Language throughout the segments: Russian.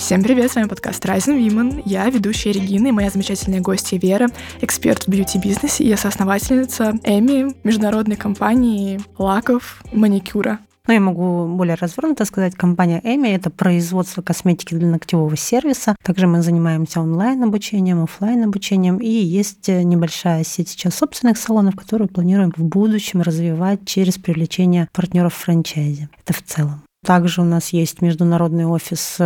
Всем привет, с вами подкаст Rising Women. Я ведущая Регина и моя замечательная гостья Вера, эксперт в бьюти-бизнесе и соосновательница Эми, международной компании лаков маникюра. Я могу более развернуто сказать, компания Эми — это производство косметики для ногтевого сервиса. Также мы занимаемся онлайн-обучением, офлайн-обучением, и есть небольшая сеть сейчас собственных салонов, которую планируем в будущем развивать через привлечение партнеров франчайзи. Это в целом. Также у нас есть международный офис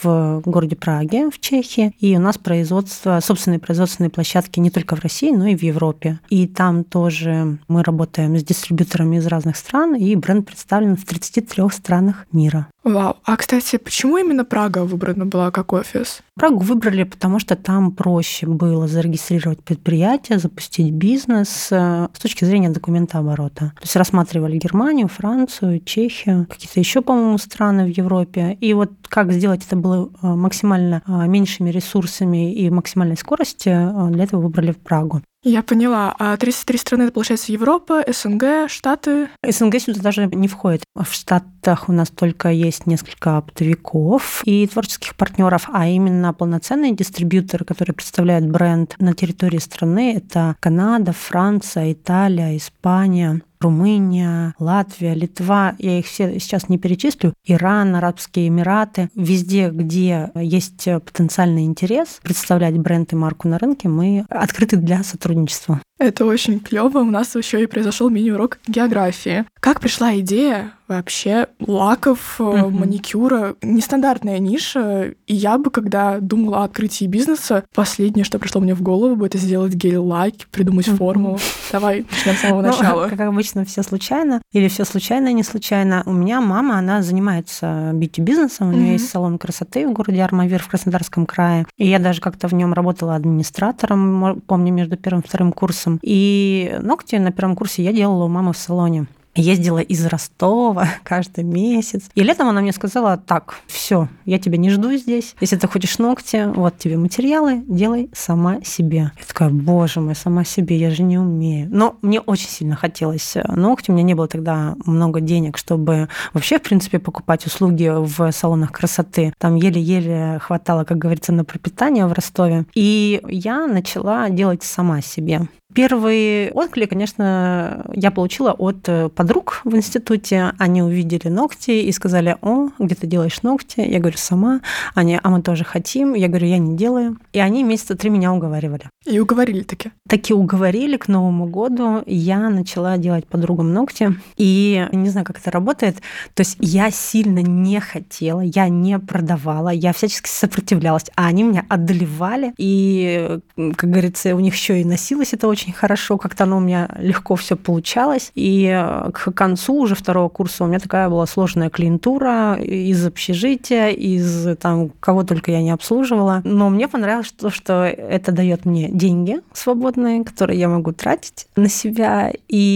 в городе Праге, в Чехии, и у нас собственные производственные площадки не только в России, но и в Европе. И там тоже мы работаем с дистрибьюторами из разных стран, и бренд представлен в 33 странах мира. Вау. А, кстати, почему именно Прага выбрана была как офис? Прагу выбрали, потому что там проще было зарегистрировать предприятие, запустить бизнес с точки зрения документооборота. То есть рассматривали Германию, Францию, Чехию, какие-то еще, по-моему, страны в Европе. И вот как сделать это было максимально меньшими ресурсами и максимальной скоростью, для этого выбрали Прагу. Я поняла. А 33 страны, это, получается, Европа, СНГ, Штаты? СНГ сюда даже не входит. В Штатах у нас только есть несколько оптовиков и творческих партнеров, а именно полноценные дистрибьюторы, которые представляют бренд на территории страны. Это Канада, Франция, Италия, Испания, Румыния, Латвия, Литва, я их все сейчас не перечислю, Иран, Арабские Эмираты. Везде, где есть потенциальный интерес представлять бренд и марку на рынке, мы открыты для сотрудничества. Это очень клево. У нас еще и произошел мини-урок географии. Как пришла идея вообще лаков, маникюра? Нестандартная ниша. И я бы, когда думала о открытии бизнеса, последнее, что пришло мне в голову, бы это сделать гель-лаки, придумать формулу. Давай начнем с самого начала. Как обычно, все случайно. Или все случайно, не случайно. У меня мама, она занимается бьюти-бизнесом. У нее есть салон красоты в городе Армавир в Краснодарском крае. И я даже как-то в нем работала администратором, помню, между первым и вторым курсом. И ногти на первом курсе я делала у мамы в салоне. Ездила из Ростова каждый месяц. И летом она мне сказала: так, все, я тебя не жду здесь. Если ты хочешь ногти, вот тебе материалы, делай сама себе. Я такая: боже мой, сама себе, я же не умею. Но мне очень сильно хотелось ногти. У меня не было тогда много денег, чтобы вообще, в принципе, покупать услуги в салонах красоты. Там еле-еле хватало, как говорится, на пропитание в Ростове. И я начала делать сама себе. Первый отклик, конечно, я получила от подруг в институте. Они увидели ногти и сказали: о, где ты делаешь ногти? Я говорю: сама. Они: а мы тоже хотим. Я говорю: я не делаю. И они месяца 3 меня уговаривали. И уговорили таки? Таки уговорили. К Новому году я начала делать подругам ногти. И не знаю, как это работает. То есть я сильно не хотела, я не продавала, я всячески сопротивлялась, а они меня одолевали. И, как говорится, у них еще и носилось это очень хорошо, как-то оно у меня легко все получалось. И к концу уже второго курса у меня такая была сложная клиентура из общежития, из там кого только я не обслуживала. Но мне понравилось то, что это дает мне деньги свободные, которые я могу тратить на себя.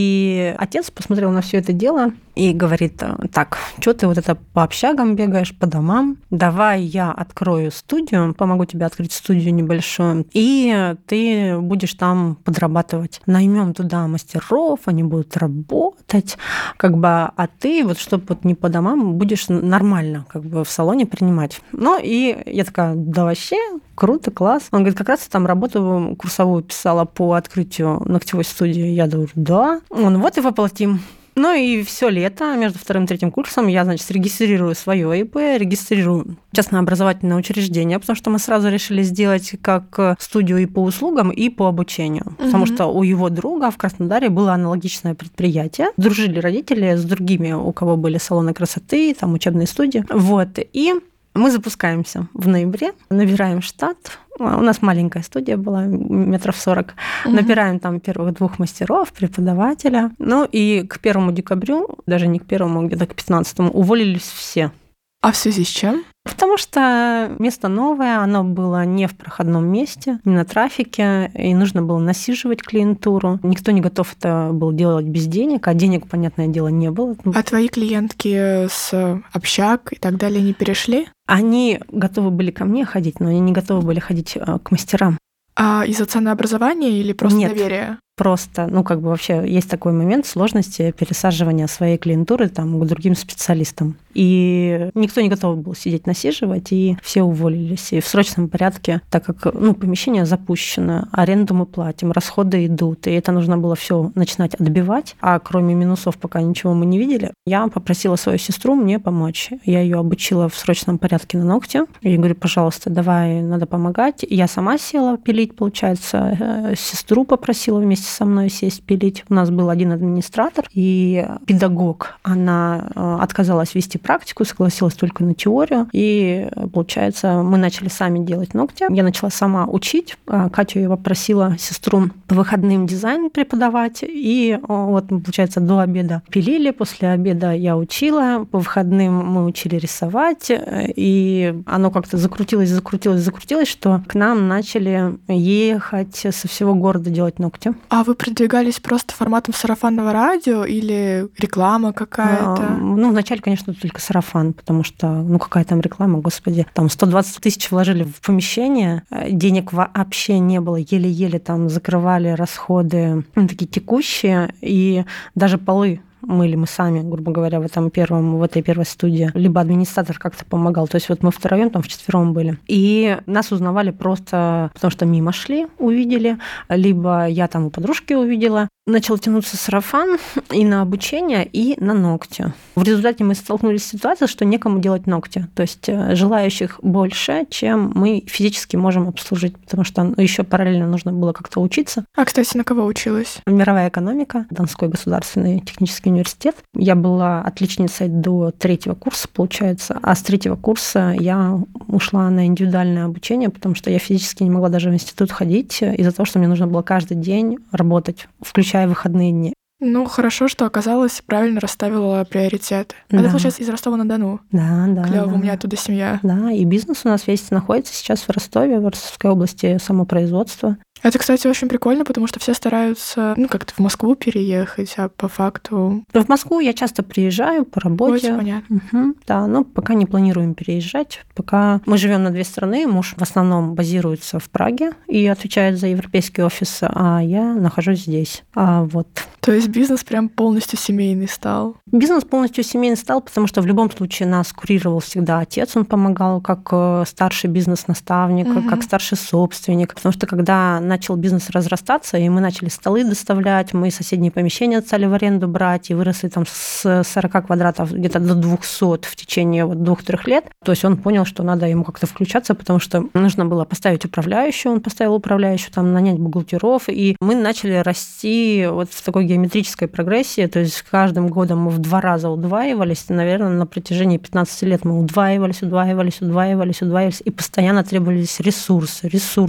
И отец посмотрел на все это дело и говорит: так, что ты вот это по общагам бегаешь, по домам? Давай я открою студию, помогу тебе открыть студию небольшую, и ты будешь там подрабатывать. Наймем туда мастеров, они будут работать, а ты вот, чтобы вот не по домам, будешь нормально в салоне принимать. Ну, и я такая: да вообще, круто, класс. Он говорит: как раз там работу курсовую писала по открытию ногтевой студии. Я говорю: да. Он: вот и воплотим. Ну и все лето между вторым и третьим курсом я, регистрирую свое ИП, регистрирую частное образовательное учреждение, потому что мы сразу решили сделать как студию и по услугам, и по обучению. Потому что у его друга в Краснодаре было аналогичное предприятие. Дружили родители с другими, у кого были салоны красоты, там учебные студии. Вот. И мы запускаемся в ноябре, набираем штат. У нас маленькая студия была, 40 метров. Набираем там первых 2 мастеров, преподавателя. Ну и к 1 декабрю, даже не к 1, где-то к 15, уволились все. А в связи с чем? Потому что место новое, оно было не в проходном месте, не на трафике, и нужно было насиживать клиентуру. Никто не готов это был делать без денег, а денег, понятное дело, не было. А твои клиентки с общак и так далее не перешли? Они готовы были ко мне ходить, но они не готовы были ходить к мастерам. А из-за ценообразования или просто доверия? просто, вообще есть такой момент сложности пересаживания своей клиентуры к другим специалистам. И никто не готов был сидеть насиживать, и все уволились. И в срочном порядке, так как помещение запущено, аренду мы платим, расходы идут, и это нужно было все начинать отбивать, а кроме минусов пока ничего мы не видели. Я попросила свою сестру мне помочь. Я ее обучила в срочном порядке на ногти. И говорю, пожалуйста, давай, надо помогать. Я сама села пилить, получается. Сестру попросила вместе со мной сесть пилить. У нас был один администратор и педагог. Она отказалась вести практику, согласилась только на теорию. И, получается, мы начали сами делать ногти. Я начала сама учить. Катю я попросила сестру по выходным дизайн преподавать. И получается, до обеда пилили, после обеда я учила, по выходным мы учили рисовать. И оно как-то закрутилось, что к нам начали ехать со всего города делать ногти. А вы продвигались просто форматом сарафанного радио или реклама какая-то? Вначале, конечно, только сарафан, потому что, какая там реклама, господи. Там 120 тысяч вложили в помещение, денег вообще не было, еле-еле там закрывали расходы такие текущие, и даже полы мыли мы сами, грубо говоря, в этой первой студии. Либо администратор как-то помогал. То есть мы втроем, вчетвером были. И нас узнавали просто потому, что мимо шли, увидели, либо я у подружки увидела. Начал тянуться сарафан и на обучение, и на ногти. В результате мы столкнулись с ситуацией, что некому делать ногти. То есть желающих больше, чем мы физически можем обслужить, потому что еще параллельно нужно было как-то учиться. А, кстати, на кого училась? Мировая экономика, Донской государственный технический университет. Я была отличницей до 3-го курса, получается, а с 3-го курса я ушла на индивидуальное обучение, потому что я физически не могла даже в институт ходить из-за того, что мне нужно было каждый день работать, включая выходные дни. Хорошо, что оказалось, правильно расставила приоритеты. А ты, получается, из Ростова-на-Дону? Да. Клёво, у меня оттуда семья. Да, и бизнес у нас весь находится сейчас в Ростове, в Ростовской области, самопроизводство. Это, кстати, очень прикольно, потому что все стараются, как-то в Москву переехать, а по факту... В Москву я часто приезжаю по работе. Очень понятно. Да, но пока не планируем переезжать. Пока мы живем на 2 страны, муж в основном базируется в Праге и отвечает за европейский офис, а я нахожусь здесь. То есть бизнес прям полностью семейный стал? Бизнес полностью семейный стал, потому что в любом случае нас курировал всегда отец, он помогал как старший бизнес-наставник, как старший собственник. Потому что когда начал бизнес разрастаться, и мы начали столы доставлять, мы соседние помещения стали в аренду брать, и выросли с 40 квадратов где-то до 200 в течение 2-3 лет. То есть он понял, что надо ему как-то включаться, потому что нужно было поставить управляющую, он поставил управляющую, нанять бухгалтеров, и мы начали расти в такой геометрической прогрессии, то есть каждым годом мы в 2 раза удваивались, и, наверное, на протяжении 15 лет мы удваивались, и постоянно требовались ресурсы.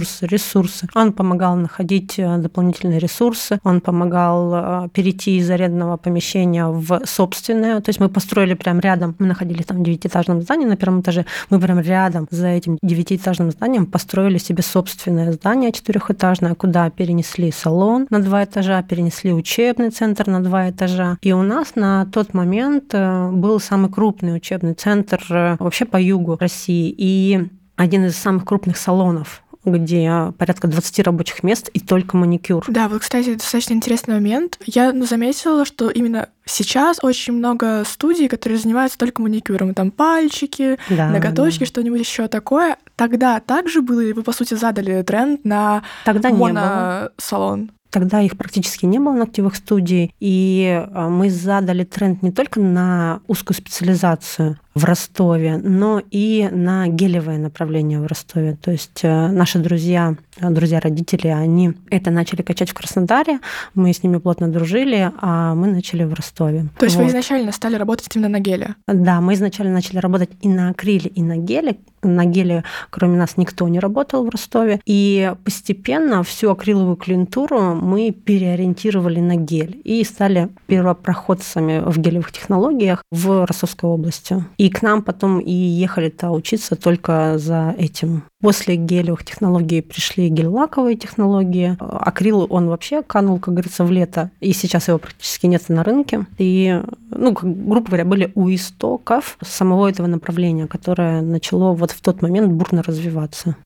Он помогал находить дополнительные ресурсы, он помогал перейти из арендного помещения в собственное, то есть мы построили прям рядом, мы находились в 9-этажном здании на 1-м этаже, мы прям рядом за этим 9-этажным зданием построили себе собственное здание 4-этажное, куда перенесли салон на 2 этажа, перенесли учебный центр на 2 этажа. И у нас на тот момент был самый крупный учебный центр вообще по югу России и один из самых крупных салонов, где порядка 20 рабочих мест и только маникюр. Да, кстати, достаточно интересный момент. Я заметила, что именно сейчас очень много студий, которые занимаются только маникюром. Там пальчики, ноготочки, что-нибудь еще такое. Тогда также было, или вы, по сути, задали тренд на моносалон? Тогда их практически не было, ногтевых студий, и мы задали тренд не только на узкую специализацию в Ростове, но и на гелевое направление в Ростове. То есть наши друзья-родители, они это начали качать в Краснодаре, мы с ними плотно дружили, а мы начали в Ростове. То есть вы изначально стали работать именно на геле? Да, мы изначально начали работать и на акриле, и на геле. На геле, кроме нас, никто не работал в Ростове. И постепенно всю акриловую клиентуру мы переориентировали на гель и стали первопроходцами в гелевых технологиях в Ростовской области. И к нам потом и ехали-то учиться только за этим. После гелевых технологий пришли гель-лаковые технологии. Акрил, он вообще канул, как говорится, в лето, и сейчас его практически нет на рынке. И, грубо говоря, были у истоков самого этого направления, которое начало в тот момент бурно развиваться.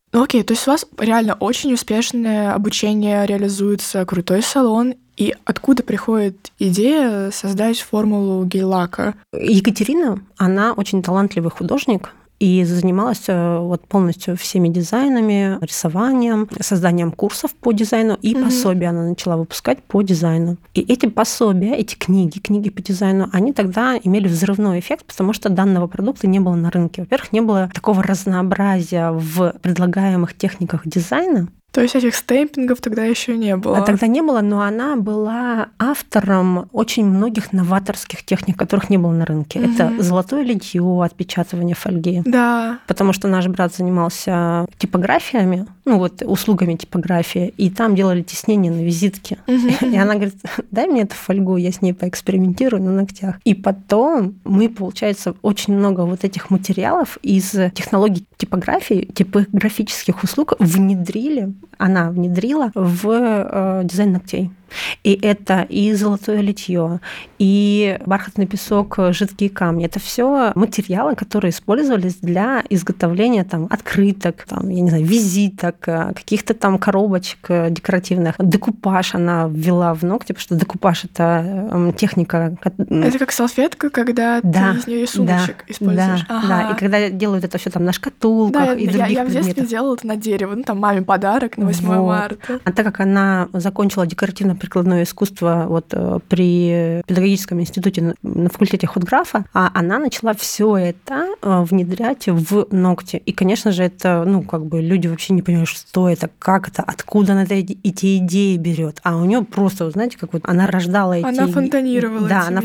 Ну окей, то есть у вас реально очень успешное обучение, реализуется крутой салон. И откуда приходит идея создать формулу гель-лака? Екатерина, она очень талантливый художник, и занималась вот полностью всеми дизайнами, рисованием, созданием курсов по дизайну, и пособия она начала выпускать по дизайну. И эти пособия, эти книги по дизайну, они тогда имели взрывной эффект, потому что данного продукта не было на рынке. Во-первых, не было такого разнообразия в предлагаемых техниках дизайна. То есть этих стемпингов тогда еще не было? А тогда не было, но она была автором очень многих новаторских техник, которых не было на рынке. Это золотое литье, отпечатывание фольги. Да. Потому что наш брат занимался типографиями, услугами типографии, и там делали тиснение на визитке. И она говорит, дай мне эту фольгу, я с ней поэкспериментирую на ногтях. И потом мы, получается, очень много вот этих материалов из технологий типографии, типографических услуг она внедрила в дизайн ногтей. И это и золотое литье, и бархатный песок, жидкие камни. Это все материалы, которые использовались для изготовления открыток, визиток, каких-то коробочек декоративных. Декупаж она ввела в ногти, потому что декупаж — это техника... Это как салфетка, когда ты из нее рисуночек используешь. Да, и когда делают это все на шкатулках и других я в детстве предметах. делала это на дерево, маме подарок на 8 марта. А так как она закончила декоративно-прикладное искусство при педагогическом институте на факультете худграфа, она начала все это внедрять в ногти. И, конечно же, это, люди вообще не понимают, что это, как это, откуда она эти идеи берет. А у нее просто, знаете, она рождала эти... Она фонтанировала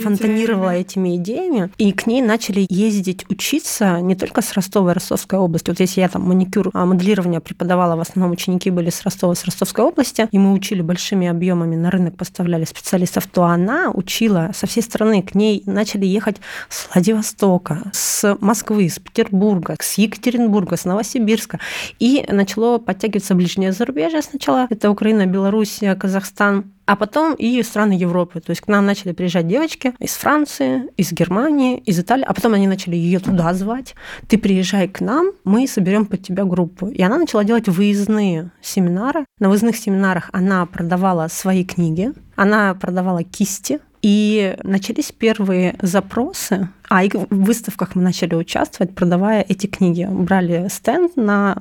этими идеями. И к ней начали ездить учиться не только с Ростова и Ростовской области. Вот если я маникюр, моделирование преподавала, в основном ученики были с Ростова, с Ростовской области, и мы учили большими объемами, на рынок поставляли специалистов, то она учила со всей страны. К ней начали ехать с Владивостока, с Москвы, с Петербурга, с Екатеринбурга, с Новосибирска. И начало подтягиваться ближнее зарубежье сначала. Это Украина, Белоруссия, Казахстан. А потом и страны Европы. То есть к нам начали приезжать девочки из Франции, из Германии, из Италии. А потом они начали ее туда звать. Ты приезжай к нам, мы соберем под тебя группу. И она начала делать выездные семинары. На выездных семинарах она продавала свои книги, она продавала кисти. И начались первые запросы, и в выставках мы начали участвовать, продавая эти книги. Брали стенд на,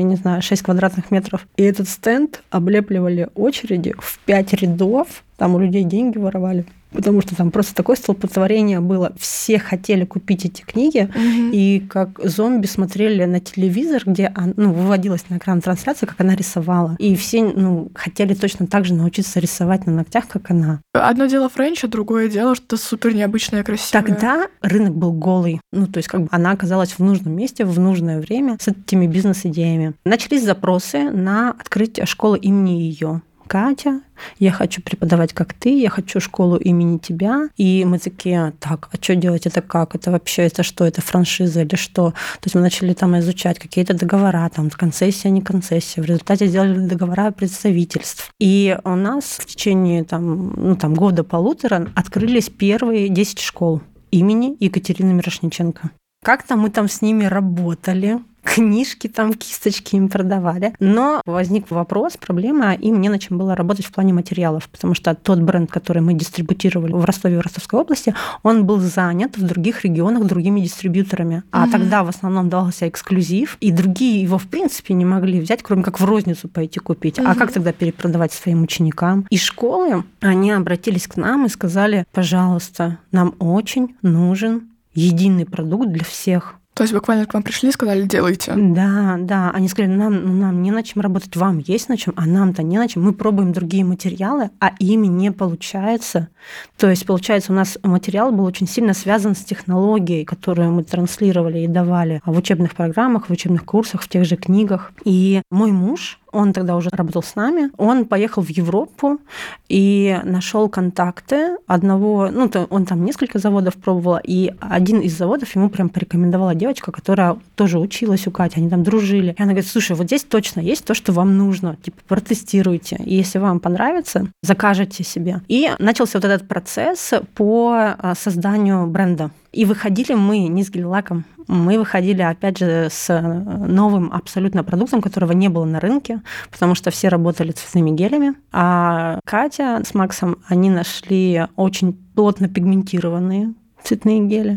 6 квадратных метров, и этот стенд облепливали очереди в 5 рядов, там у людей деньги воровали. Потому что там просто такое столпотворение было. Все хотели купить эти книги, и как зомби смотрели на телевизор, где выводилась на экран трансляция, как она рисовала. И все хотели точно так же научиться рисовать на ногтях, как она. Одно дело френч, а другое дело что-то супер необычное, красивое. Тогда рынок был голый. То есть она оказалась в нужном месте в нужное время с этими бизнес-идеями. Начались запросы на открытие школы имени ее. Катя, я хочу преподавать как ты, я хочу школу имени тебя. И мы такие, так, а что делать, это как? Это вообще, это что, это франшиза или что? То есть мы начали изучать какие-то договора, концессия, не концессия. В результате сделали договора представительств. И у нас в течение года-полутора открылись первые 10 школ имени Екатерины Мирошниченко. Как-то мы с ними работали, книжки кисточки им продавали. Но возник вопрос, проблема, им не на чем было работать в плане материалов, потому что тот бренд, который мы дистрибутировали в Ростове и в Ростовской области, он был занят в других регионах другими дистрибьюторами. А тогда в основном давался эксклюзив, и другие его в принципе не могли взять, кроме как в розницу пойти купить. А как тогда перепродавать своим ученикам? И школы, они обратились к нам и сказали, пожалуйста, нам очень нужен единый продукт для всех. То есть буквально к вам пришли и сказали, делайте. Да. Они сказали, нам не на чем работать, вам есть на чем, а нам-то не на чем. Мы пробуем другие материалы, а ими не получается. То есть, получается, у нас материал был очень сильно связан с технологией, которую мы транслировали и давали в учебных программах, в учебных курсах, в тех же книгах. И мой муж, он тогда уже работал с нами, он поехал в Европу и нашел контакты одного, он там несколько заводов пробовал, и один из заводов ему прям порекомендовала девочка, которая тоже училась у Кати, они там дружили. И она говорит, слушай, вот здесь точно есть то, что вам нужно, протестируйте, и если вам понравится, закажете себе. И начался этот процесс по созданию бренда. И выходили мы не с гель-лаком, мы выходили, опять же, с новым абсолютно продуктом, которого не было на рынке, потому что все работали цветными гелями. А Катя с Максом, они нашли очень плотно пигментированные цветные гели.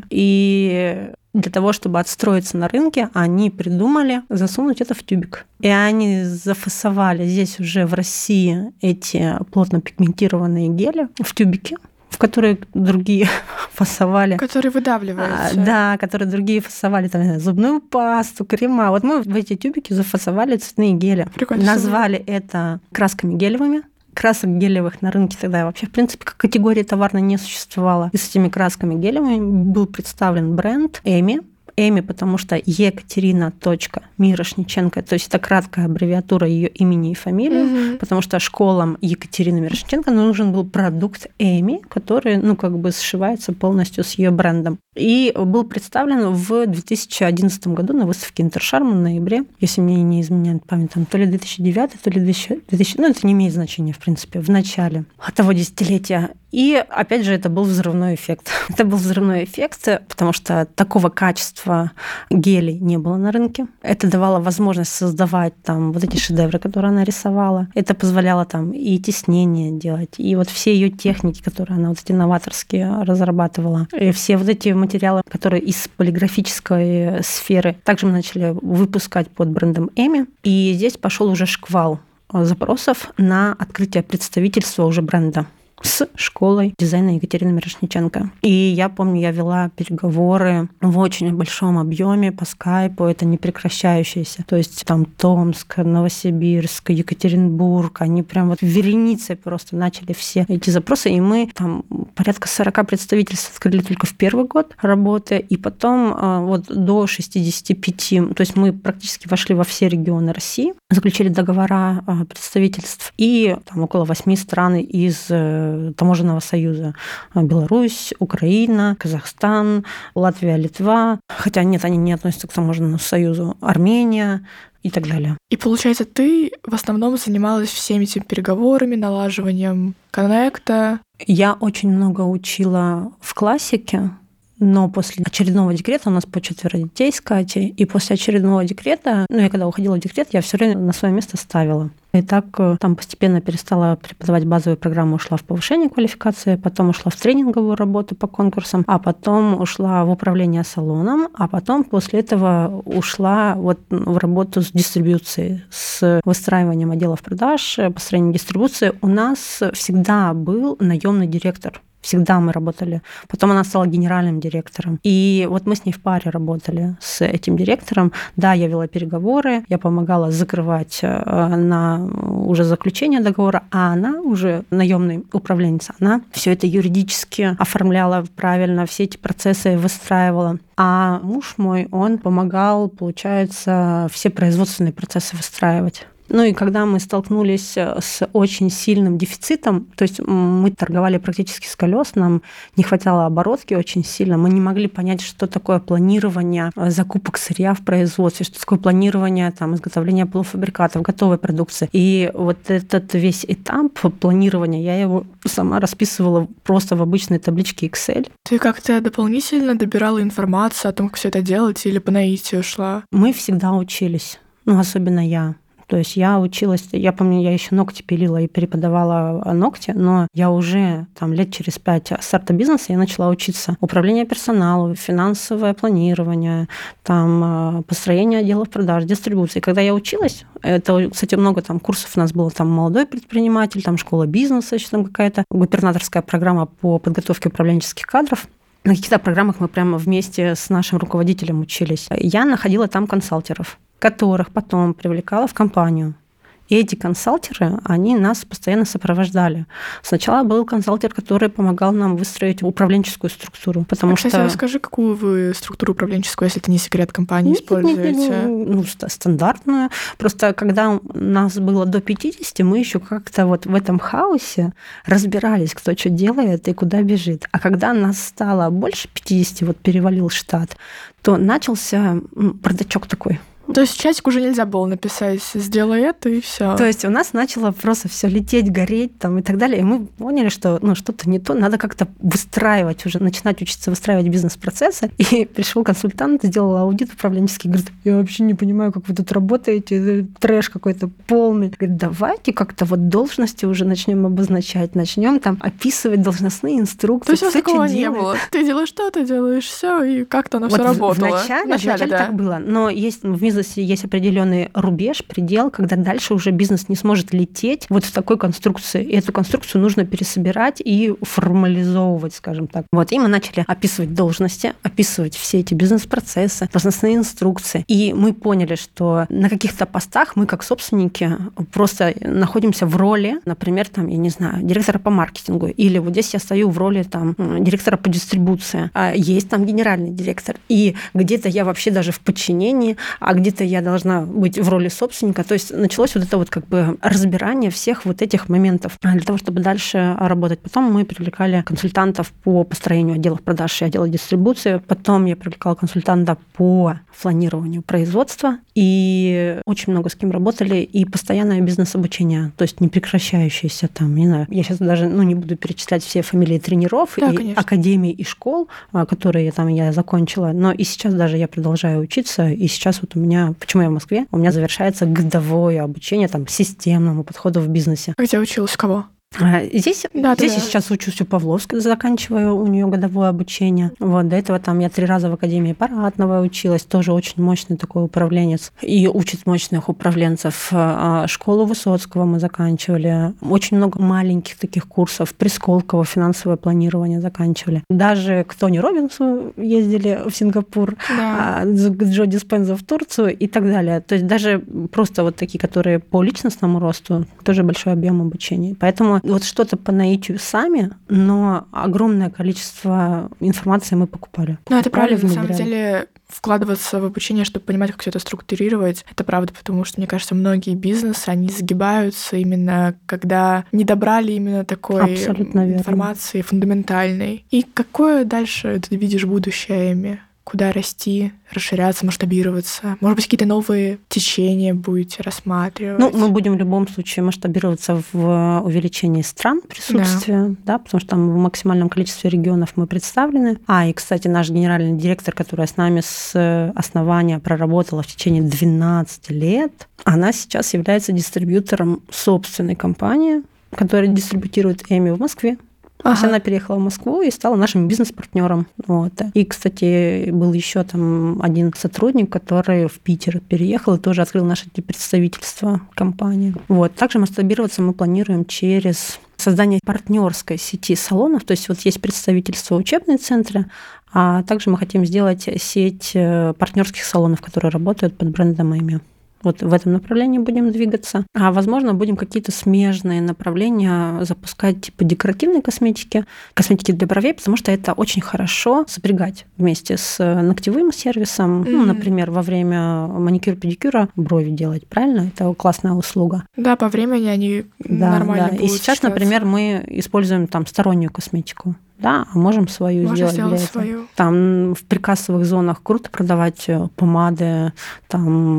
И для того, чтобы отстроиться на рынке, они придумали засунуть это в тюбик. И они зафасовали здесь уже в России эти плотно пигментированные гели в тюбики, в которые другие фасовали. Которые выдавливаются. Да, которые другие фасовали там, зубную пасту, крема. Вот мы в эти тюбики зафасовали цветные гели. Прикольно. Назвали это красками гелевыми. Красок гелевых на рынке тогда вообще, в принципе, как категории товарной не существовало. И с этими красками гелевыми был представлен бренд Эми. Эми, потому что Екатерина.Мирошниченко, то есть это краткая аббревиатура ее имени и фамилии, потому что школам Екатерины Мирошниченко нужен был продукт Эми, который, сшивается полностью с ее брендом. И был представлен в 2011 году на выставке Интершарм в ноябре, если мне не изменяет память, там, то ли 2009, то ли 2000, это не имеет значения, в принципе, в начале того десятилетия. И, опять же, это был взрывной эффект. Это был взрывной эффект, потому что такого качества гелей не было на рынке. Это давало возможность создавать там вот эти шедевры, которые она рисовала. Это позволяло там и тиснение делать, и вот все ее техники, которые она вот эти новаторские разрабатывала, и все вот эти материалы, которые из полиграфической сферы. Также мы начали выпускать под брендом Эми. И здесь пошел уже шквал запросов на открытие представительства уже бренда с школой дизайна Екатерины Мирошниченко. И я помню, я вела переговоры в очень большом объеме по скайпу, это не прекращающееся. То есть там Томск, Новосибирск, Екатеринбург, они прям вот вереницей просто начали все эти запросы, и мы там порядка 40 представительств открыли только в первый год работы, и потом вот до 65, то есть мы практически вошли во все регионы России, заключили договора представительств, и там около 8 стран из Таможенного союза. Беларусь, Украина, Казахстан, Латвия, Литва. Хотя нет, они не относятся к Таможенному союзу. Армения и так далее. И получается, ты в основном занималась всеми этими переговорами, налаживанием коннекта. Я очень много учила в классике, но после очередного декрета, у нас по 4 детей с Катей, и после очередного декрета, я когда уходила в декрет, я все время на свое место ставила. И так там постепенно перестала преподавать базовые программы, ушла в повышение квалификации, потом ушла в тренинговую работу по конкурсам, а потом ушла в управление салоном, а потом после этого ушла вот в работу с дистрибьюцией, с выстраиванием отделов продаж, построением дистрибуции. У нас всегда был наемный директор. Всегда мы работали. Потом она стала генеральным директором. И вот мы с ней в паре работали с этим директором. Да, я вела переговоры, я помогала закрывать на уже заключение договора, а она уже наемный управленец, она все это юридически оформляла правильно, все эти процессы выстраивала. А муж мой, он помогал, получается, все производственные процессы выстраивать. И когда мы столкнулись с очень сильным дефицитом, то есть мы торговали практически с колес, нам не хватало оборотки очень сильно, мы не могли понять, что такое планирование закупок сырья в производстве, что такое планирование изготовления полуфабрикатов, готовой продукции. И вот этот весь этап планирования, я его сама расписывала просто в обычной табличке Excel. Ты как-то дополнительно добирала информацию о том, как все это делать, или по наитию шла? Мы всегда учились, особенно я. То есть я училась, я помню, я еще ногти пилила и преподавала ногти, но я уже лет через 5 старта бизнеса я начала учиться управлению персоналом, финансовое планирование, построение отделов продаж, дистрибуции. Когда я училась, это, кстати, много курсов у нас было, молодой предприниматель, школа бизнеса, еще какая-то губернаторская программа по подготовке управленческих кадров. На каких-то программах мы прямо вместе с нашим руководителем учились. Я находила там консалтеров, которых потом привлекала в компанию. И эти консалтеры, они нас постоянно сопровождали. Сначала был консалтер, который помогал нам выстроить управленческую структуру. Кстати, расскажи, какую вы структуру управленческую, если это не секрет компании, используете? Стандартную. Просто когда нас было до 50, мы еще как-то вот в этом хаосе разбирались, кто что делает и куда бежит. А когда нас стало больше 50, перевалил штат, то начался бардачок такой. То есть в чатик уже нельзя было написать «сделай это» и все. То есть у нас начало просто все лететь, гореть там и так далее. И мы поняли, что что-то не то, надо как-то выстраивать уже, начинать учиться выстраивать бизнес-процессы. И пришел консультант, сделал аудит управленческий, говорит, я вообще не понимаю, как вы тут работаете, трэш какой-то полный. Говорит, давайте как-то должности уже начнем обозначать, начнем там описывать должностные инструкции. То есть у вас такого не было? Ты делаешь что, ты делаешь все, и как-то оно все работало. Вначале да. так было, но в бизнесе есть определенный рубеж, предел, когда дальше уже бизнес не сможет лететь в такой конструкции. И эту конструкцию нужно пересобирать и формализовывать, скажем так. И мы начали описывать должности, описывать все эти бизнес-процессы, должностные инструкции. И мы поняли, что на каких-то постах мы, как собственники, просто находимся в роли, например, я не знаю, директора по маркетингу, или здесь я стою в роли директора по дистрибуции. А есть там генеральный директор. И где-то я вообще даже в подчинении, а где-то я должна быть в роли собственника. То есть началось это разбирание всех этих моментов для того, чтобы дальше работать. Потом мы привлекали консультантов по построению отделов продаж и отдела дистрибуции. Потом я привлекала консультанта по планированию производства. И очень много с кем работали. И постоянное бизнес-обучение, то есть непрекращающееся не знаю, я сейчас даже не буду перечислять все фамилии тренеров, да, и конечно. академий, и школ, которые я закончила. Но и сейчас даже я продолжаю учиться. И сейчас у меня, почему я в Москве, у меня завершается годовое обучение системному подходу в бизнесе. А где училась? Кого? Здесь я сейчас учусь у Павловской, заканчиваю у нее годовое обучение. До этого я 3 раза в Академии Паратного училась, тоже очень мощный такой управленец. И учит мощных управленцев. Школу Высоцкого мы заканчивали. Очень много маленьких таких курсов. При Сколково финансовое планирование заканчивали. Даже к Тони Робинсу ездили в Сингапур, к Джо Диспенза в Турцию и так далее. То есть даже просто такие, которые по личностному росту, тоже большой объем обучения. Поэтому что-то по наитию сами, но огромное количество информации мы покупали. Это правильно, на самом деле, вкладываться в обучение, чтобы понимать, как все это структурировать, это правда, потому что, мне кажется, многие бизнесы, они загибаются именно, когда не добрали именно такой информации фундаментальной. И какое дальше ты видишь будущее, Эми? Куда расти, расширяться, масштабироваться? Может быть, какие-то новые течения будете рассматривать? Мы будем в любом случае масштабироваться в увеличении стран присутствия, потому что там в максимальном количестве регионов мы представлены. И, кстати, наш генеральный директор, которая с нами с основания проработала в течение 12 лет, она сейчас является дистрибьютором собственной компании, которая дистрибутирует Эми в Москве. То есть она переехала в Москву и стала нашим бизнес-партнером. И, кстати, был еще один сотрудник, который в Питер переехал и тоже открыл наше представительство компании. Также масштабироваться мы планируем через создание партнерской сети салонов. То есть есть представительство учебные центры, а также мы хотим сделать сеть партнерских салонов, которые работают под брендом Эми. В этом направлении будем двигаться. А, возможно, будем какие-то смежные направления запускать, типа декоративной косметики для бровей, потому что это очень хорошо сопрягать вместе с ногтевым сервисом. Например, во время маникюра-педикюра брови делать, правильно? Это классная услуга. Да, по времени они нормально будут. И сейчас, например, мы используем стороннюю косметику. А можем свою сделать для этого. В прикассовых зонах круто продавать помады, я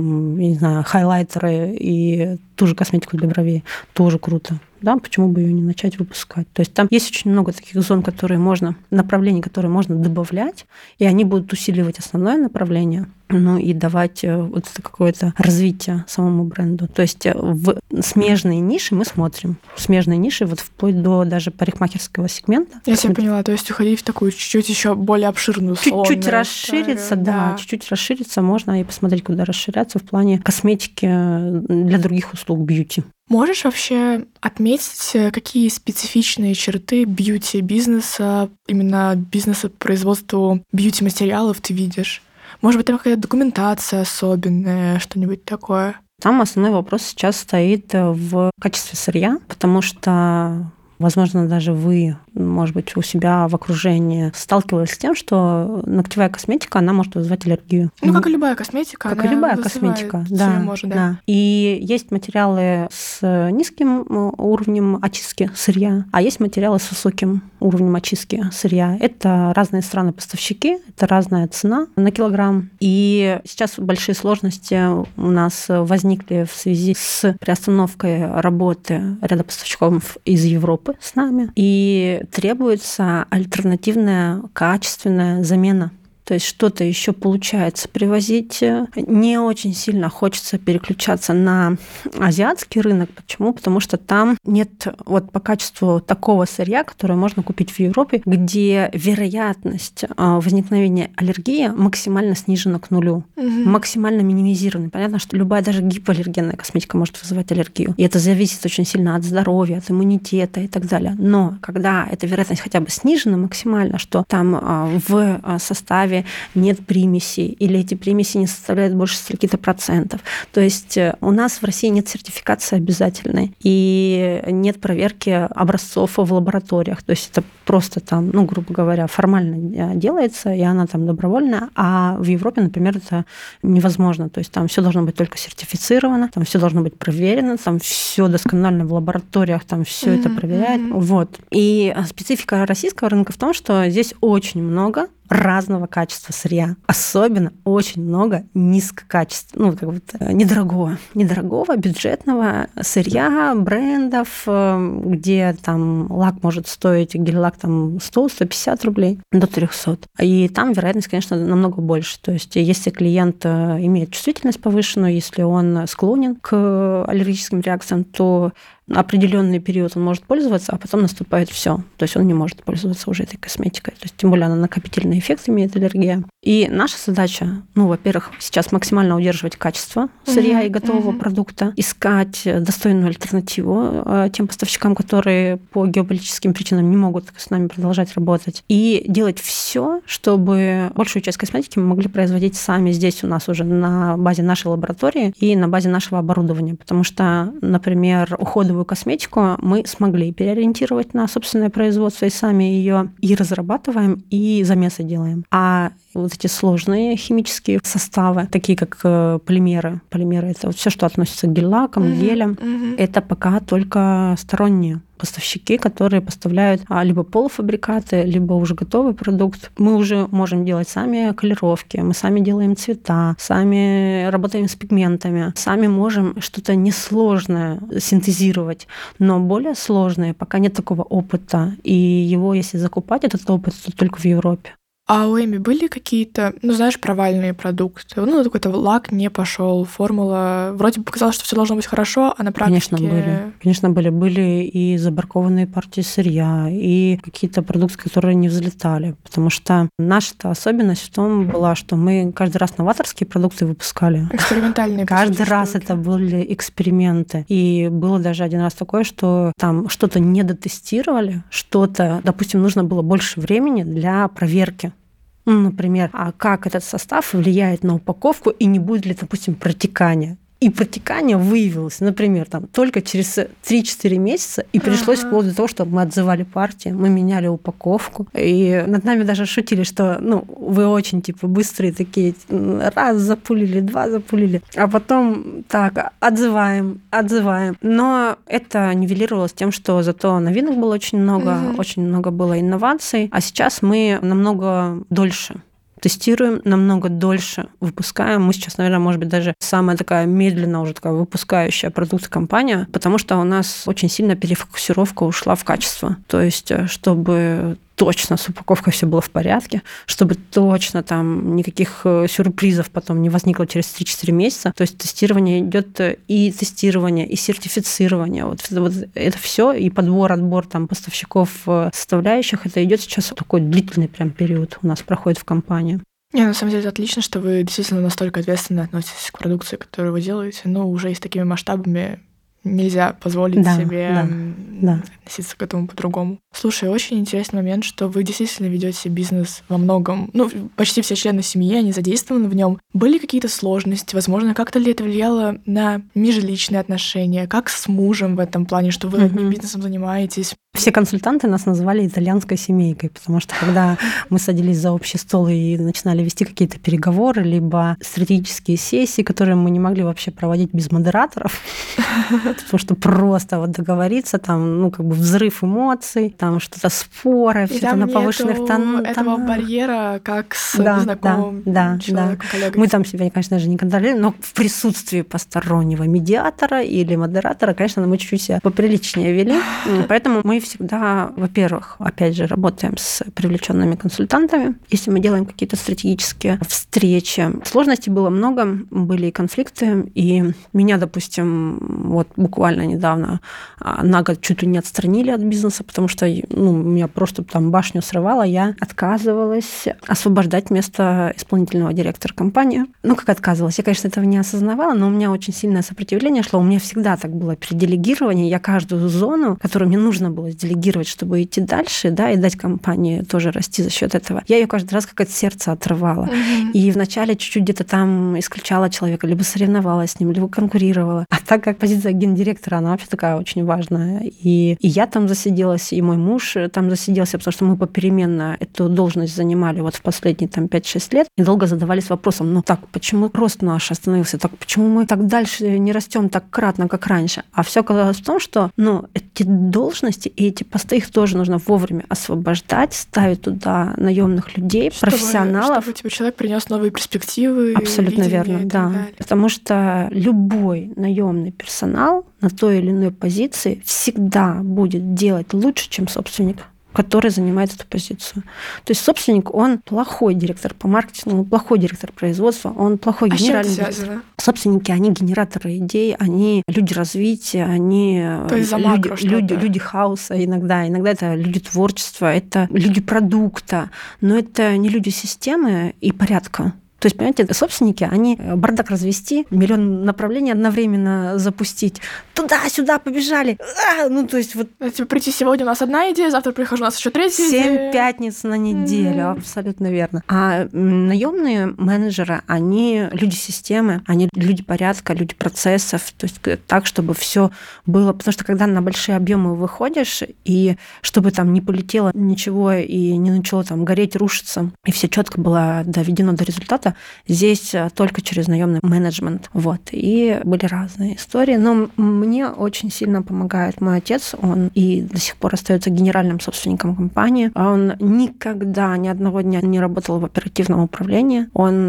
не знаю, хайлайтеры и ту же косметику для бровей. Тоже круто. Почему бы ее не начать выпускать? То есть там есть очень много таких зон, направлений, которые можно добавлять, и они будут усиливать основное направление, и давать какое-то развитие самому бренду. То есть в смежные ниши мы смотрим. Смежные ниши вплоть до даже парикмахерского сегмента. Я тебя поняла. То есть уходить в такую чуть-чуть еще более обширную салонную. Чуть-чуть расшириться, чуть-чуть расшириться можно и посмотреть, куда расширяться в плане косметики для других услуг бьюти. Можешь вообще отметить, какие специфичные черты бьюти-бизнеса, именно бизнеса по производству бьюти-материалов ты видишь? Может быть, там какая-то документация особенная, что-нибудь такое? Там основной вопрос сейчас стоит в качестве сырья, потому что, возможно, даже вы может быть, у себя в окружении сталкивались с тем, что ногтевая косметика, она может вызывать аллергию. Ну, как и любая косметика. Как и любая косметика, да. И есть материалы с низким уровнем очистки сырья, а есть материалы с высоким уровнем очистки сырья. Это разные страны-поставщики, это разная цена на килограмм. И сейчас большие сложности у нас возникли в связи с приостановкой работы ряда поставщиков из Европы с нами. И требуется альтернативная качественная замена. То есть что-то еще получается привозить. Не очень сильно хочется переключаться на азиатский рынок. Почему? Потому что там нет вот по качеству такого сырья, которое можно купить в Европе, где вероятность возникновения аллергии максимально снижена к нулю, максимально минимизирована. Понятно, что любая даже гипоаллергенная косметика может вызывать аллергию. И это зависит очень сильно от здоровья, от иммунитета и так далее. Но когда эта вероятность хотя бы снижена максимально, что там в составе нет примесей, или эти примеси не составляют больше скольких-то процентов. То есть у нас в России нет сертификации обязательной, и нет проверки образцов в лабораториях. То есть это просто там, ну, грубо говоря, формально делается, и она там добровольная, а в Европе, например, это невозможно. То есть там все должно быть только сертифицировано, там все должно быть проверено, там все досконально в лабораториях, там все это проверяет. Вот. И специфика российского рынка в том, что здесь очень много разного качества сырья. Особенно очень много низкокачественного, ну, как вот недорогого бюджетного сырья, брендов, где там лак может стоить, гель-лак там 100-150 рублей до 300. И там вероятность, конечно, намного больше. То есть если клиент имеет чувствительность повышенную, если он склонен к аллергическим реакциям, то определенный период он может пользоваться, а потом наступает все. То есть он не может пользоваться уже этой косметикой. То есть тем более она накопительный эффект имеет, аллергия. И наша задача, ну, во-первых, сейчас максимально удерживать качество сырья и готового продукта, искать достойную альтернативу тем поставщикам, которые по геополитическим причинам не могут с нами продолжать работать, и делать все, чтобы большую часть косметики мы могли производить сами здесь у нас уже на базе нашей лаборатории и на базе нашего оборудования. Потому что, например, уходовую косметику мы смогли переориентировать на собственное производство и сами ее и разрабатываем, и замесы делаем. А вот эти сложные химические составы, такие как полимеры. Полимеры — это вот все, что относится к гель-лакам, гелям. Это пока только сторонние поставщики, которые поставляют либо полуфабрикаты, либо уже готовый продукт. Мы уже можем делать сами колировки, мы сами делаем цвета, сами работаем с пигментами, сами можем что-то несложное синтезировать, но более сложное, пока нет такого опыта. И его, если закупать, этот опыт, то только в Европе. А у Эми были какие-то, ну, знаешь, провальные продукты? Ну, какой-то лак не пошел, формула. Вроде бы показалось, что все должно быть хорошо, а на практике... Конечно, были. Были и забаркованные партии сырья, и какие-то продукты, которые не взлетали. Потому что наша-то особенность в том была, что мы каждый раз новаторские продукты выпускали. Экспериментальные. Каждый раз это были эксперименты. И было даже один раз такое, что там что-то не дотестировали, что-то, допустим, нужно было больше времени для проверки. Например, а как этот состав влияет на упаковку и не будет ли, допустим, протекания. И протекание выявилось, например, там, только через 3-4 месяца, и пришлось вплоть до того, что мы отзывали партии, мы меняли упаковку. И над нами даже шутили, что вы очень быстрые такие, раз запулили, два запулили, а потом так, отзываем. Но это нивелировалось тем, что зато новинок было очень много было инноваций, а сейчас мы намного дольше тестируем, намного дольше выпускаем. Мы сейчас, наверное, может быть, даже самая такая медленно уже такая выпускающая продукты компания, потому что у нас очень сильно перефокусировка ушла в качество. То есть, чтобы точно с упаковкой все было в порядке, чтобы точно там никаких сюрпризов потом не возникло через 3-4 месяца. То есть тестирование идет и тестирование, и сертифицирование. Вот это все, и отбор там поставщиков составляющих, это идет сейчас такой длительный прям период у нас проходит в компании. На самом деле, это отлично, что вы действительно настолько ответственно относитесь к продукции, которую вы делаете, но уже и с такими масштабами нельзя позволить себе относиться к этому по-другому. Слушай, очень интересный момент, что вы действительно ведете бизнес во многом. Почти все члены семьи, они задействованы в нем. Были какие-то сложности? Возможно, как-то ли это влияло на межличные отношения? Как с мужем в этом плане, что вы одним бизнесом занимаетесь? Все консультанты нас называли итальянской семейкой, потому что когда мы садились за общий стол и начинали вести какие-то переговоры, либо стратегические сессии, которые мы не могли вообще проводить без модераторов, потому что просто вот договориться, там, ну, как бы взрыв эмоций, там что-то споры, все это на повышенных тонах. Этого барьера, как с незнакомым человеком, коллегой. Мы там себя, конечно же, не контролируем, но в присутствии постороннего медиатора или модератора, конечно, мы чуть-чуть себя поприличнее вели. Поэтому мы всегда, во-первых, опять же, работаем с привлеченными консультантами. Если мы делаем какие-то стратегические встречи, сложностей было много, были и конфликты, и меня, допустим, вот буквально недавно на год чуть ли не отстранили от бизнеса, потому что меня просто там башню срывало, я отказывалась освобождать место исполнительного директора компании. Как отказывалась? Я, конечно, этого не осознавала, но у меня очень сильное сопротивление шло. У меня всегда так было при делегировании. Я каждую зону, которую мне нужно было делегировать, чтобы идти дальше, да, и дать компании тоже расти за счет этого, я ее каждый раз как от сердца отрывала. И вначале чуть-чуть где-то там исключала человека, либо соревновалась с ним, либо конкурировала. А так как позиция гендиректора, она вообще такая очень важная. И я там засиделась, и мой муж там засиделся, потому что мы попеременно эту должность занимали вот в последние там 5-6 лет, и долго задавались вопросом, почему рост наш остановился, почему мы так дальше не растем так кратно, как раньше? А все оказалось в том, что эти должности и эти посты, их тоже нужно вовремя освобождать, ставить туда наемных людей, профессионалов. Чтобы тебе человек принес новые перспективы. Абсолютно верно, да. Потому что любой наемный персонал на той или иной позиции всегда будет делать лучше, чем собственник, который занимает эту позицию. То есть собственник, он плохой директор по маркетингу, плохой директор производства, он плохой генеральный директор. Собственники, они генераторы идей, они люди развития, они люди хаоса иногда. Иногда это люди творчества, это люди продукта, но это не люди системы и порядка. То есть, понимаете, собственники, они бардак развести, миллион направлений одновременно запустить. Туда-сюда побежали. То есть вот... прийти сегодня у нас одна идея, завтра прихожу, у нас еще третья идея. 7 пятниц на неделю, абсолютно верно. А наемные менеджеры, они люди системы, они люди порядка, люди процессов, то есть так, чтобы все было. Потому что когда на большие объемы выходишь, и чтобы там не полетело ничего и не начало там гореть, рушиться, и все четко было доведено до результата, здесь только через наемный менеджмент. И были разные истории. Но мне очень сильно помогает мой отец. Он и до сих пор остается генеральным собственником компании. Он никогда ни одного дня не работал в оперативном управлении.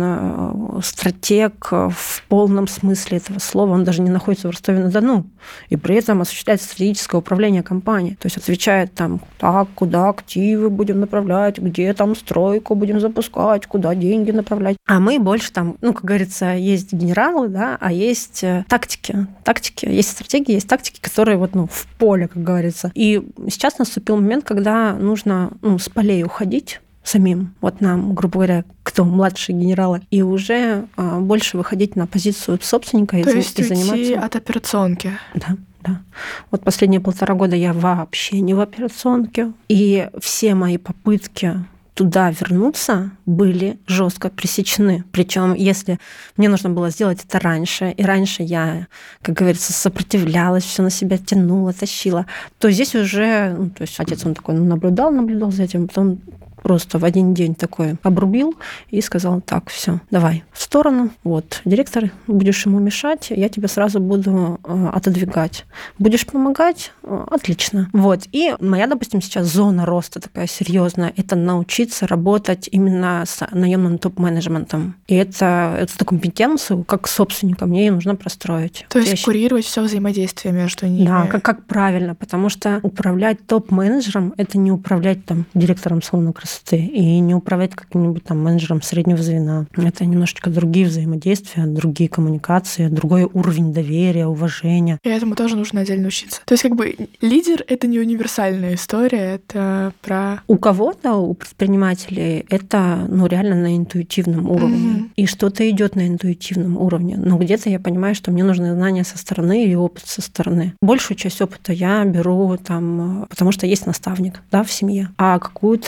Он стратег в полном смысле этого слова. Он даже не находится в Ростове-на-Дону. И при этом осуществляет стратегическое управление компанией. То есть отвечает там, куда активы будем направлять, где там стройку будем запускать, куда деньги направлять. А мы больше там, как говорится, есть генералы, да, а есть тактики. Есть стратегии, есть тактики, которые в поле, как говорится. И сейчас наступил момент, когда нужно с полей уходить самим, нам, грубо говоря, кто младшие генералы, и уже больше выходить на позицию собственника и заниматься. Уйти от операционки. Да. Последние 1,5 года я вообще не в операционке. И все мои попытки туда вернуться были жестко пресечены. Причем, если мне нужно было сделать это раньше, и раньше я, как говорится, сопротивлялась, все на себя тянула, тащила, то здесь уже, то есть отец, он такой наблюдал за этим, потом просто в один день такой обрубил и сказал: так, все, давай в сторону. Директор, будешь ему мешать, я тебя сразу буду отодвигать. Будешь помогать? Отлично. И моя, допустим, сейчас зона роста такая серьезная, это научиться работать именно с наемным топ-менеджментом. И эту компетенцию, как собственника, мне ее нужно простроить. То есть курировать все взаимодействие между ними. Да, как правильно, потому что управлять топ-менеджером — это не управлять директором салона красоты и не управлять каким-нибудь менеджером среднего звена. Это немножечко другие взаимодействия, другие коммуникации, другой уровень доверия, уважения. И этому тоже нужно отдельно учиться. То есть лидер — это не универсальная история, это про... У кого-то, у предпринимателей, это реально на интуитивном уровне. И что-то идет на интуитивном уровне. Но где-то я понимаю, что мне нужны знания со стороны и опыт со стороны. Большую часть опыта я беру потому что есть наставник, в семье. А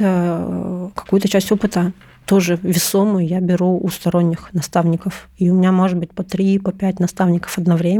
какую-то часть опыта тоже весомую я беру у сторонних наставников. И у меня может быть по 3, по 5 наставников одновременно.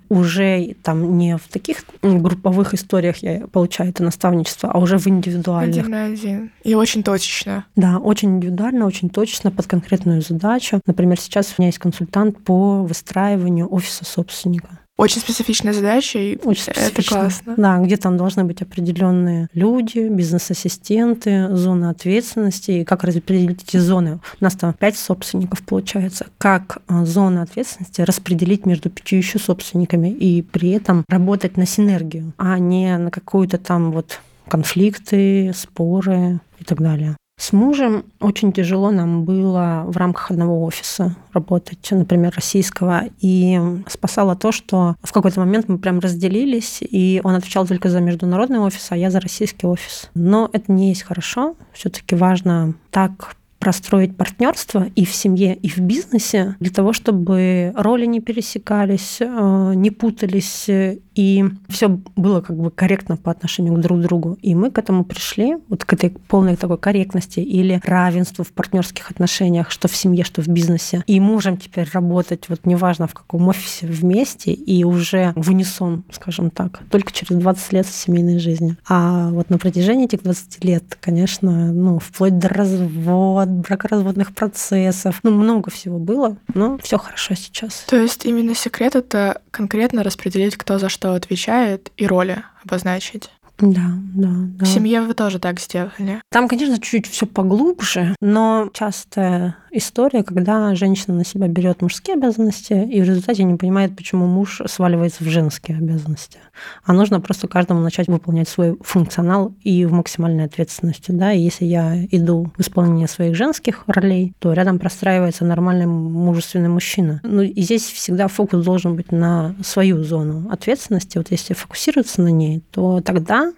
уже там не в таких групповых историях я получаю это наставничество, а уже в индивидуальных. Один на один. И очень точечно. Да, очень индивидуально, очень точно под конкретную задачу. Например, сейчас у меня есть консультант по выстраиванию офиса собственника. Очень специфичная задача, и Очень это специфично. классно. Да, где там должны быть определенные люди, бизнес-ассистенты, зоны ответственности, и как распределить эти зоны. У нас там 5 собственников получается. Как зоны ответственности распределить между 5 еще собственниками и при этом работать на синергию, а не на какую-то там вот конфликты, споры и так далее. С мужем очень тяжело нам было в рамках одного офиса работать, например, российского. И спасало то, что в какой-то момент мы прям разделились, и он отвечал только за международный офис, а я за российский офис. Но это не есть хорошо. Все-таки важно так простроить партнерство и в семье, и в бизнесе для того, чтобы роли не пересекались, не путались, и все было как бы корректно по отношению к друг другу. И мы к этому пришли, вот к этой полной такой корректности или равенству в партнерских отношениях, что в семье, что в бизнесе. И можем теперь работать, вот неважно в каком офисе, вместе, и уже в унисон, скажем так, только через 20 лет семейной жизни. А вот на протяжении этих 20 лет, конечно, вплоть до развода, бракоразводных процессов, много всего было, но все хорошо сейчас. То есть именно секрет — это конкретно распределить, кто за что отвечает, и роли обозначить. Да. В семье вы тоже так сделали? Там, конечно, чуть-чуть все поглубже, но частая история, когда женщина на себя берет мужские обязанности и в результате не понимает, почему муж сваливается в женские обязанности. А нужно просто каждому начать выполнять свой функционал и в максимальной ответственности. Да? И если я иду в исполнение своих женских ролей, то рядом простраивается нормальный мужественный мужчина. И здесь всегда фокус должен быть на свою зону ответственности. Вот если фокусироваться на ней, то тогда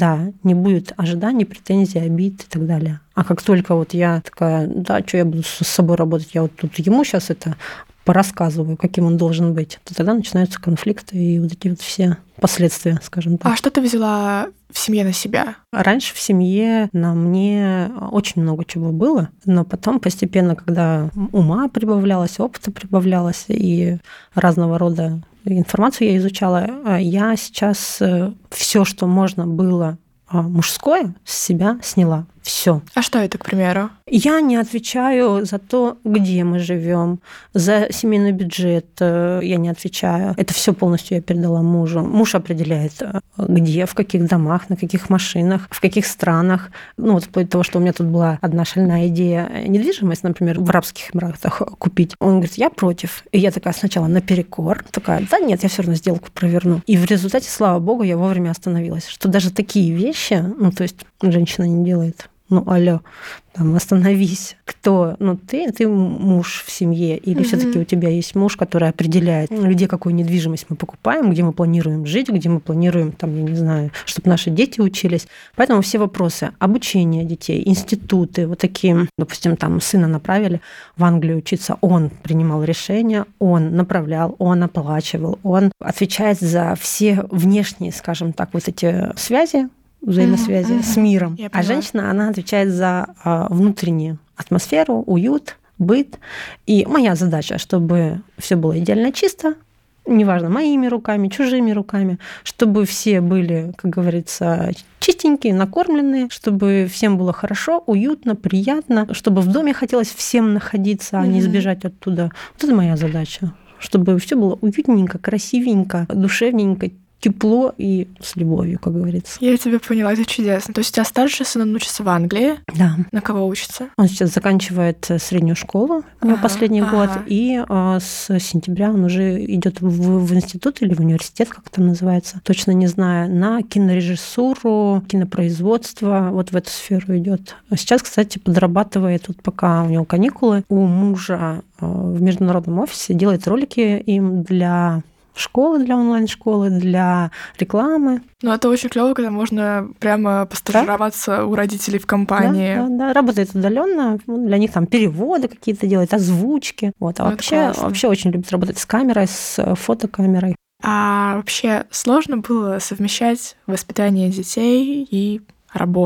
не будет ожиданий, претензий, обид и так далее. А как только вот я такая, да, что я буду с собой работать, я вот тут ему сейчас это порассказываю, каким он должен быть, то тогда начинаются конфликты и вот эти вот все последствия, скажем так. А что ты взяла в семье на себя? Раньше в семье на мне очень много чего было, но потом постепенно, когда ума прибавлялось, опыта прибавлялось и разного рода информацию я изучала, я сейчас все, что можно было мужское, с себя сняла. Все. А что это, к примеру? Я не отвечаю за то, где мы живем, за семейный бюджет я не отвечаю. Это все полностью я передала мужу. Муж определяет, где, в каких домах, на каких машинах, в каких странах. Вот вплоть до того, что у меня тут была одна шальная идея недвижимость, например, в Арабских Эмиратах купить. Он говорит, я против. И я такая сначала наперекор, такая, да нет, я все равно сделку проверну. И в результате, слава богу, я вовремя остановилась. Что даже такие вещи, то есть женщина не делает. Алло, там, остановись. Кто? Ты муж в семье, или все-таки у тебя есть муж, который определяет, где какую недвижимость мы покупаем, где мы планируем жить, где мы планируем, там, я не знаю, чтобы наши дети учились. Поэтому все вопросы обучения детей, институты, вот такие, допустим, там сына направили в Англию учиться, он принимал решения, он направлял, он оплачивал, он отвечает за все внешние, скажем так, вот эти связи, взаимосвязи с миром. А женщина, она отвечает за внутреннюю атмосферу, уют, быт. И моя задача, чтобы все было идеально чисто, неважно, моими руками, чужими руками, чтобы все были, как говорится, чистенькие, накормленные, чтобы всем было хорошо, уютно, приятно, чтобы в доме хотелось всем находиться, а не сбежать оттуда. Вот это моя задача, чтобы все было уютненько, красивенько, душевненько, тепло и с любовью, как говорится. Я тебя поняла, это чудесно. То есть у тебя старший сын, он учится в Англии? Да. На кого учится? Он сейчас заканчивает среднюю школу, у него последний год, и с сентября он уже идет в институт или в университет, как это называется, точно не знаю, на кинорежиссуру, кинопроизводство, вот в эту сферу идет. Сейчас, кстати, подрабатывает, вот пока у него каникулы, у мужа в международном офисе, делает ролики им для школы, для онлайн-школы, для рекламы. Это очень клево, когда можно прямо постажироваться у родителей в компании. Да, работает удаленно. Для них там переводы какие-то делает, озвучки. Вообще очень любит работать с камерой, с фотокамерой. А вообще сложно было совмещать воспитание детей и работу?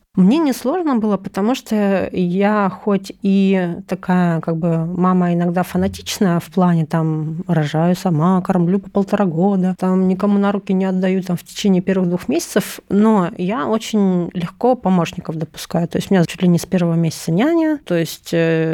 Мне не сложно было, потому что я хоть и такая как бы мама иногда фанатичная в плане там рожаю сама, кормлю по 1,5 года, там никому на руки не отдаю там в течение первых 2 месяцев, но я очень легко помощников допускаю. То есть у меня чуть ли не с 1-го месяца няня, то есть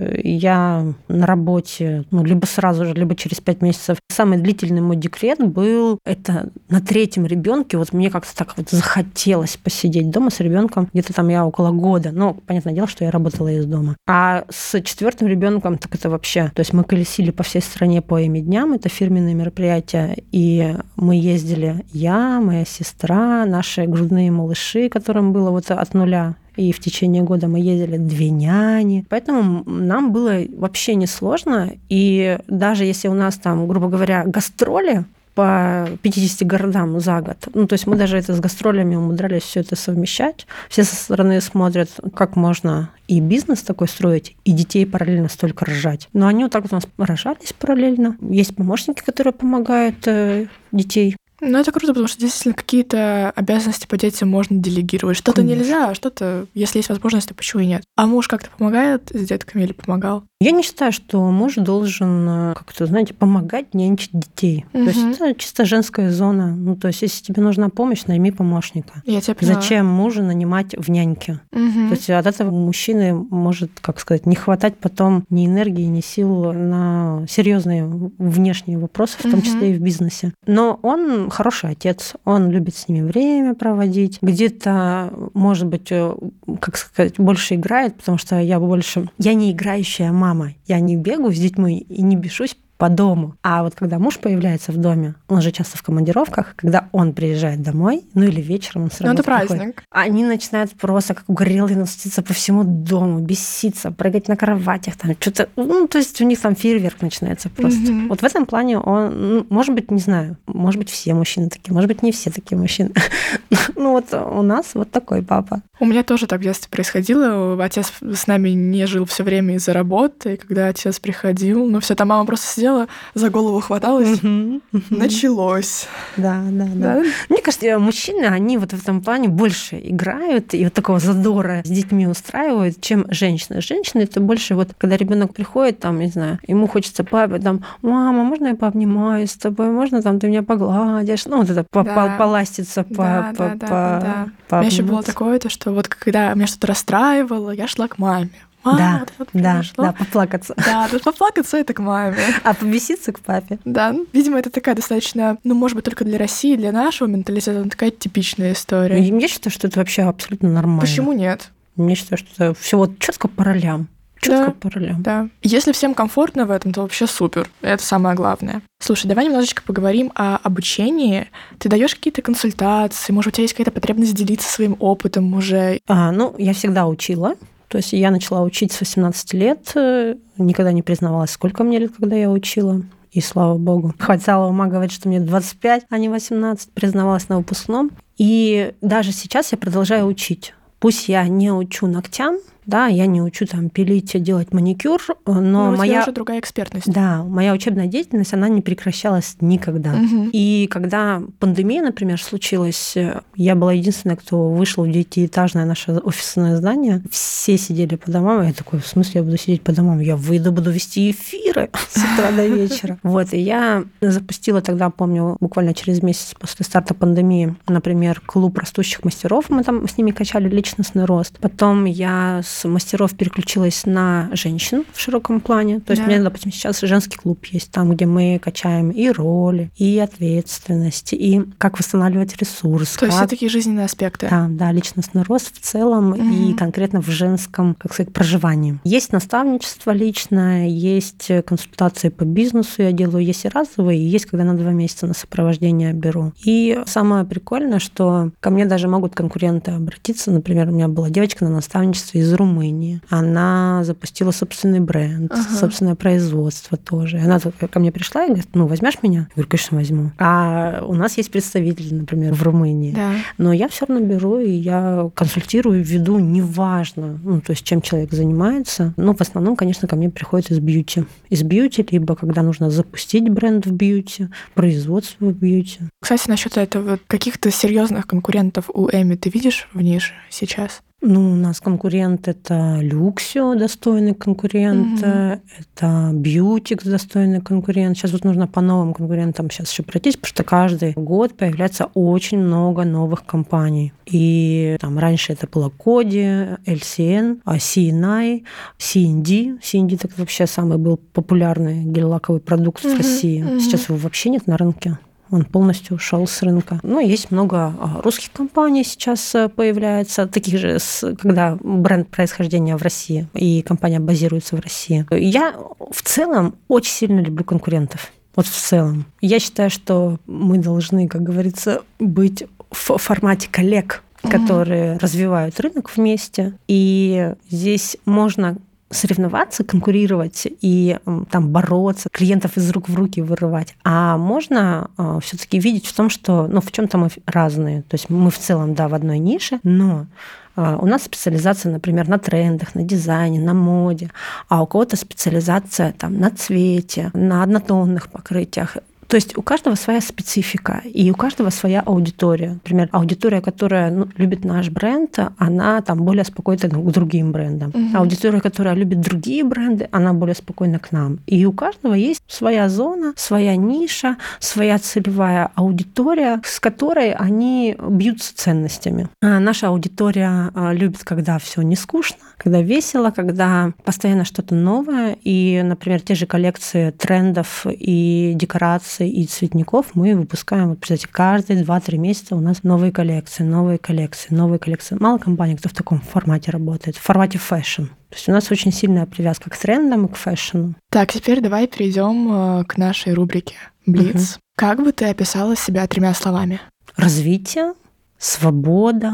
я на работе, либо сразу же, либо через 5 месяцев. Самый длительный мой декрет был это на 3-м ребенке. Вот мне как-то так вот захотелось посидеть дома с ребенком. Где-то там я около года. Понятное дело, что я работала из дома. А с 4-м ребенком так это вообще. То есть мы колесили по всей стране по дням. Это фирменные мероприятия. И мы ездили, я, моя сестра, наши грудные малыши, которым было вот от 0. И в течение года мы ездили 2 няни. Поэтому нам было вообще несложно. И даже если у нас там, грубо говоря, гастроли по 50 городам за год. То есть мы даже это с гастролями умудрялись все это совмещать. Все со стороны смотрят, как можно и бизнес такой строить, и детей параллельно столько рожать. Но они вот так вот у нас рожались параллельно. Есть помощники, которые помогают детей. Это круто, потому что действительно какие-то обязанности по детям можно делегировать. Что-то нельзя, а что-то, если есть возможность, то почему и нет? А муж как-то помогает с детками или помогал? Я не считаю, что муж должен как-то, помогать нянчить детей. То есть это чисто женская зона. То есть если тебе нужна помощь, найми помощника. Я тебя поняла. Зачем мужа нанимать в няньки? То есть от этого мужчины может, не хватать потом ни энергии, ни сил на серьезные внешние вопросы, в том числе и в бизнесе. Но он хороший отец, он любит с ними время проводить. Где-то, может быть, больше играет, потому что я не играющая мама. Я не бегаю с детьми и не бешусь по дому. А вот когда муж появляется в доме, он же часто в командировках, когда он приезжает домой, или вечером он сразу это праздник. Они начинают просто как угорелые носиться по всему дому, беситься, прыгать на кроватях, там что-то, то есть у них там фейерверк начинается просто. Вот в этом плане он, может быть, не знаю, может быть, все мужчины такие, может быть, не все такие мужчины. Вот у нас вот такой папа. У меня тоже так в детстве происходило. Отец с нами не жил все время из-за работы, и когда отец приходил, все, там мама просто сидела, за голову хваталась, началось. Да. Мне кажется, мужчины, они вот в этом плане больше играют и вот такого задора с детьми устраивают, чем женщины. Женщины это больше вот, когда ребенок приходит, там, не знаю, ему хочется папе, там, мама, можно я пообнимаюсь с тобой, можно там ты меня погладишь, вот это поластиться, Да. У меня еще было такое, что вот когда меня что-то расстраивало, я шла к маме. Да, поплакаться. Да, поплакаться это к маме. А побеситься к папе. Да, видимо, это такая достаточно, может быть, только для России, для нашего менталитета, такая типичная история. Я считаю, что это вообще абсолютно нормально. Почему нет? Я считаю, что это все вот четко по ролям. Да. Если всем комфортно в этом, то вообще супер. Это самое главное. Слушай, давай немножечко поговорим о обучении. Ты даешь какие-то консультации? Может, у тебя есть какая-то потребность делиться своим опытом уже? Я всегда учила. То есть я начала учить с 18 лет. Никогда не признавалась, сколько мне лет, когда я учила. И слава богу. Хватало ума говорить, что мне 25, а не 18. Признавалась на выпускном. И даже сейчас я продолжаю учить. Пусть я не учу ногтям, да, я не учу там пилить, делать маникюр, но моя уже другая экспертность. Да, моя учебная деятельность, она не прекращалась никогда. И когда пандемия, например, случилась, я была единственная, кто вышел в 9-этажное наше офисное здание. Все сидели по домам. Я такой, в смысле я буду сидеть по домам? Я выйду, буду вести эфиры с утра до вечера. И я запустила тогда, помню, буквально через месяц после старта пандемии, например, клуб растущих мастеров. Мы там с ними качали личностный рост. Потом я с мастеров переключилась на женщин в широком плане. То есть у меня, допустим, сейчас женский клуб есть, там, где мы качаем и роли, и ответственность, и как восстанавливать ресурс. То есть все такие жизненные аспекты. Да, личностный рост в целом и конкретно в женском, проживании. Есть наставничество личное, есть консультации по бизнесу я делаю, есть и разовые, и есть, когда на 2 месяца на сопровождение беру. И самое прикольное, что ко мне даже могут конкуренты обратиться. Например, у меня была девочка на наставничестве из Румынии. Она запустила собственный бренд, собственное производство тоже. Она ко мне пришла и говорит, возьмешь меня? Я говорю, конечно, возьму. А у нас есть представители, например, в Румынии. Да. Но я все равно беру, и я консультирую, веду, неважно, то есть чем человек занимается. В основном, конечно, ко мне приходят из бьюти. Из бьюти, либо когда нужно запустить бренд в бьюти, производство в бьюти. Кстати, насчет этого, каких-то серьезных конкурентов у Эми ты видишь в нише сейчас? Ну, у нас конкурент — это Люксио, достойный конкурент, это Бьютикс, достойный конкурент. Сейчас вот нужно по новым конкурентам сейчас еще пройтись, потому что каждый год появляется очень много новых компаний. И там раньше это было Коди, LCN, CNI, CND. CND так вообще самый был популярный гель-лаковый продукт в России. Сейчас его вообще нет на рынке. Он полностью ушел с рынка. Ну, есть много русских компаний сейчас появляется, таких же, когда бренд происхождения в России, и компания базируется в России. Я в целом очень сильно люблю конкурентов. Вот в целом. Я считаю, что мы должны, как говорится, быть в формате коллег, которые развивают рынок вместе. И здесь можно соревноваться, конкурировать и там бороться, клиентов из рук в руки вырывать. А можно все-таки видеть в том, что в чем-то мы разные. То есть мы в целом, да, в одной нише, но у нас специализация, например, на трендах, на дизайне, на моде, а у кого-то специализация там, на цвете, на однотонных покрытиях. То есть у каждого своя специфика, и у каждого своя аудитория. Например, аудитория, которая любит наш бренд, она там более спокойна к другим брендам. Аудитория, которая любит другие бренды, она более спокойна к нам. И у каждого есть своя зона, своя ниша, своя целевая аудитория, с которой они бьются ценностями. Наша аудитория любит, когда все не скучно, когда весело, когда постоянно что-то новое. И, например, те же коллекции трендов и декораций, и цветников мы выпускаем, вот, представьте, каждые 2-3 месяца у нас новые коллекции. Мало компаний, кто в таком формате работает, в формате фэшн. То есть у нас очень сильная привязка к трендам и к фэшну. Так, теперь давай перейдем к нашей рубрике «Блиц». Как бы ты описала себя 3 словами? Развитие, свобода,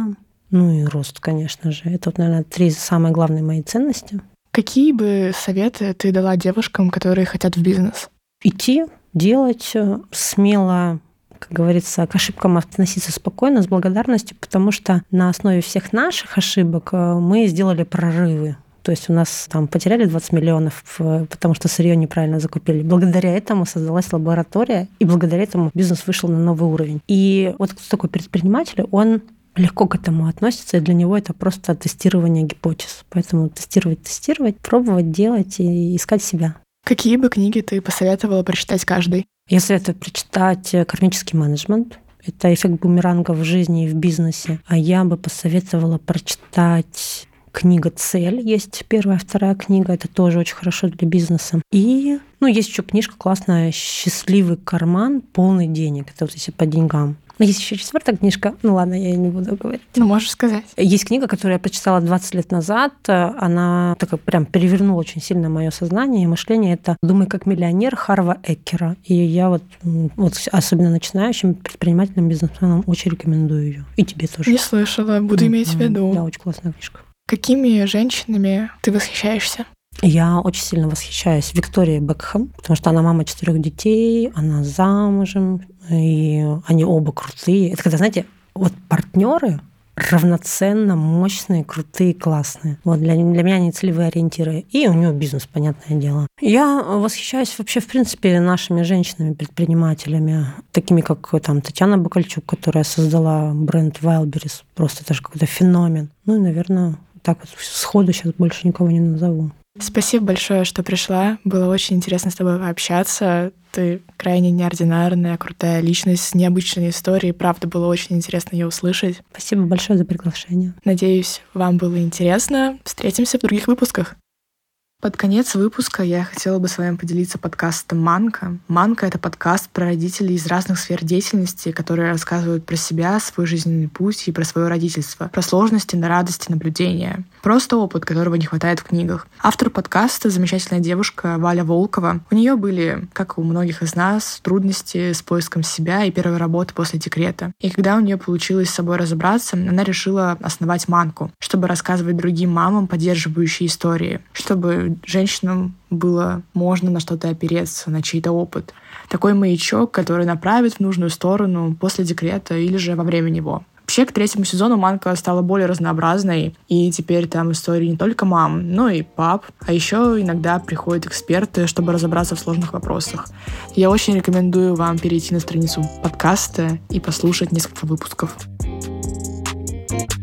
и рост, конечно же. Это, наверное, 3 самые главные мои ценности. Какие бы советы ты дала девушкам, которые хотят в бизнес? Идти, делать, смело, как говорится, к ошибкам относиться спокойно, с благодарностью, потому что на основе всех наших ошибок мы сделали прорывы. То есть у нас там потеряли 20 миллионов, потому что сырье неправильно закупили. Благодаря этому создалась лаборатория, и благодаря этому бизнес вышел на новый уровень. И вот кто такой предприниматель, он легко к этому относится, и для него это просто тестирование гипотез. Поэтому тестировать, пробовать, делать и искать себя. Какие бы книги ты посоветовала прочитать каждой? Я советую прочитать «Кармический менеджмент». Это эффект бумеранга в жизни и в бизнесе. А я бы посоветовала прочитать книга «Цель». Есть 1-я, 2-я книга. Это тоже очень хорошо для бизнеса. И есть еще книжка классная «Счастливый карман, полный денег». Это вот если по деньгам. Но есть еще 4-я книжка. Ладно, я не буду говорить. Можешь сказать. Есть книга, которую я прочитала 20 лет назад. Она так прям перевернула очень сильно мое сознание и мышление. Это «Думай как миллионер» Харва Эккера. И я вот особенно начинающим предпринимателям, бизнесменам очень рекомендую ее. И тебе тоже. Не слышала, буду иметь в виду. Да, очень классная книжка. Какими женщинами ты восхищаешься? Я очень сильно восхищаюсь Викторией Бекхэм, потому что она мама 4 детей, она замужем, и они оба крутые. Это когда, знаете, вот партнеры равноценно мощные, крутые, классные. Вот для меня они целевые ориентиры. И у нее бизнес, понятное дело. Я восхищаюсь вообще, в принципе, нашими женщинами-предпринимателями, такими как там Татьяна Бакальчук, которая создала бренд Wildberries. Просто это же какой-то феномен. И, наверное, так вот сходу сейчас больше никого не назову. Спасибо большое, что пришла. Было очень интересно с тобой пообщаться. Ты крайне неординарная, крутая личность с необычной историей. Правда, было очень интересно ее услышать. Спасибо большое за приглашение. Надеюсь, вам было интересно. Встретимся в других выпусках. Под конец выпуска я хотела бы с вами поделиться подкастом «Манка». «Манка» — это подкаст про родителей из разных сфер деятельности, которые рассказывают про себя, свой жизненный путь и про свое родительство, про сложности, радости, наблюдения. Просто опыт, которого не хватает в книгах. Автор подкаста — замечательная девушка Валя Волкова. У нее были, как и у многих из нас, трудности с поиском себя и первой работы после декрета. И когда у нее получилось с собой разобраться, она решила основать «Манку», чтобы рассказывать другим мамам поддерживающие истории, чтобы женщинам было можно на что-то опереться, на чей-то опыт. Такой маячок, который направит в нужную сторону после декрета или же во время него. Вообще, к 3-му сезону «Манка» стала более разнообразной, и теперь там истории не только мам, но и пап, а еще иногда приходят эксперты, чтобы разобраться в сложных вопросах. Я очень рекомендую вам перейти на страницу подкаста и послушать несколько выпусков.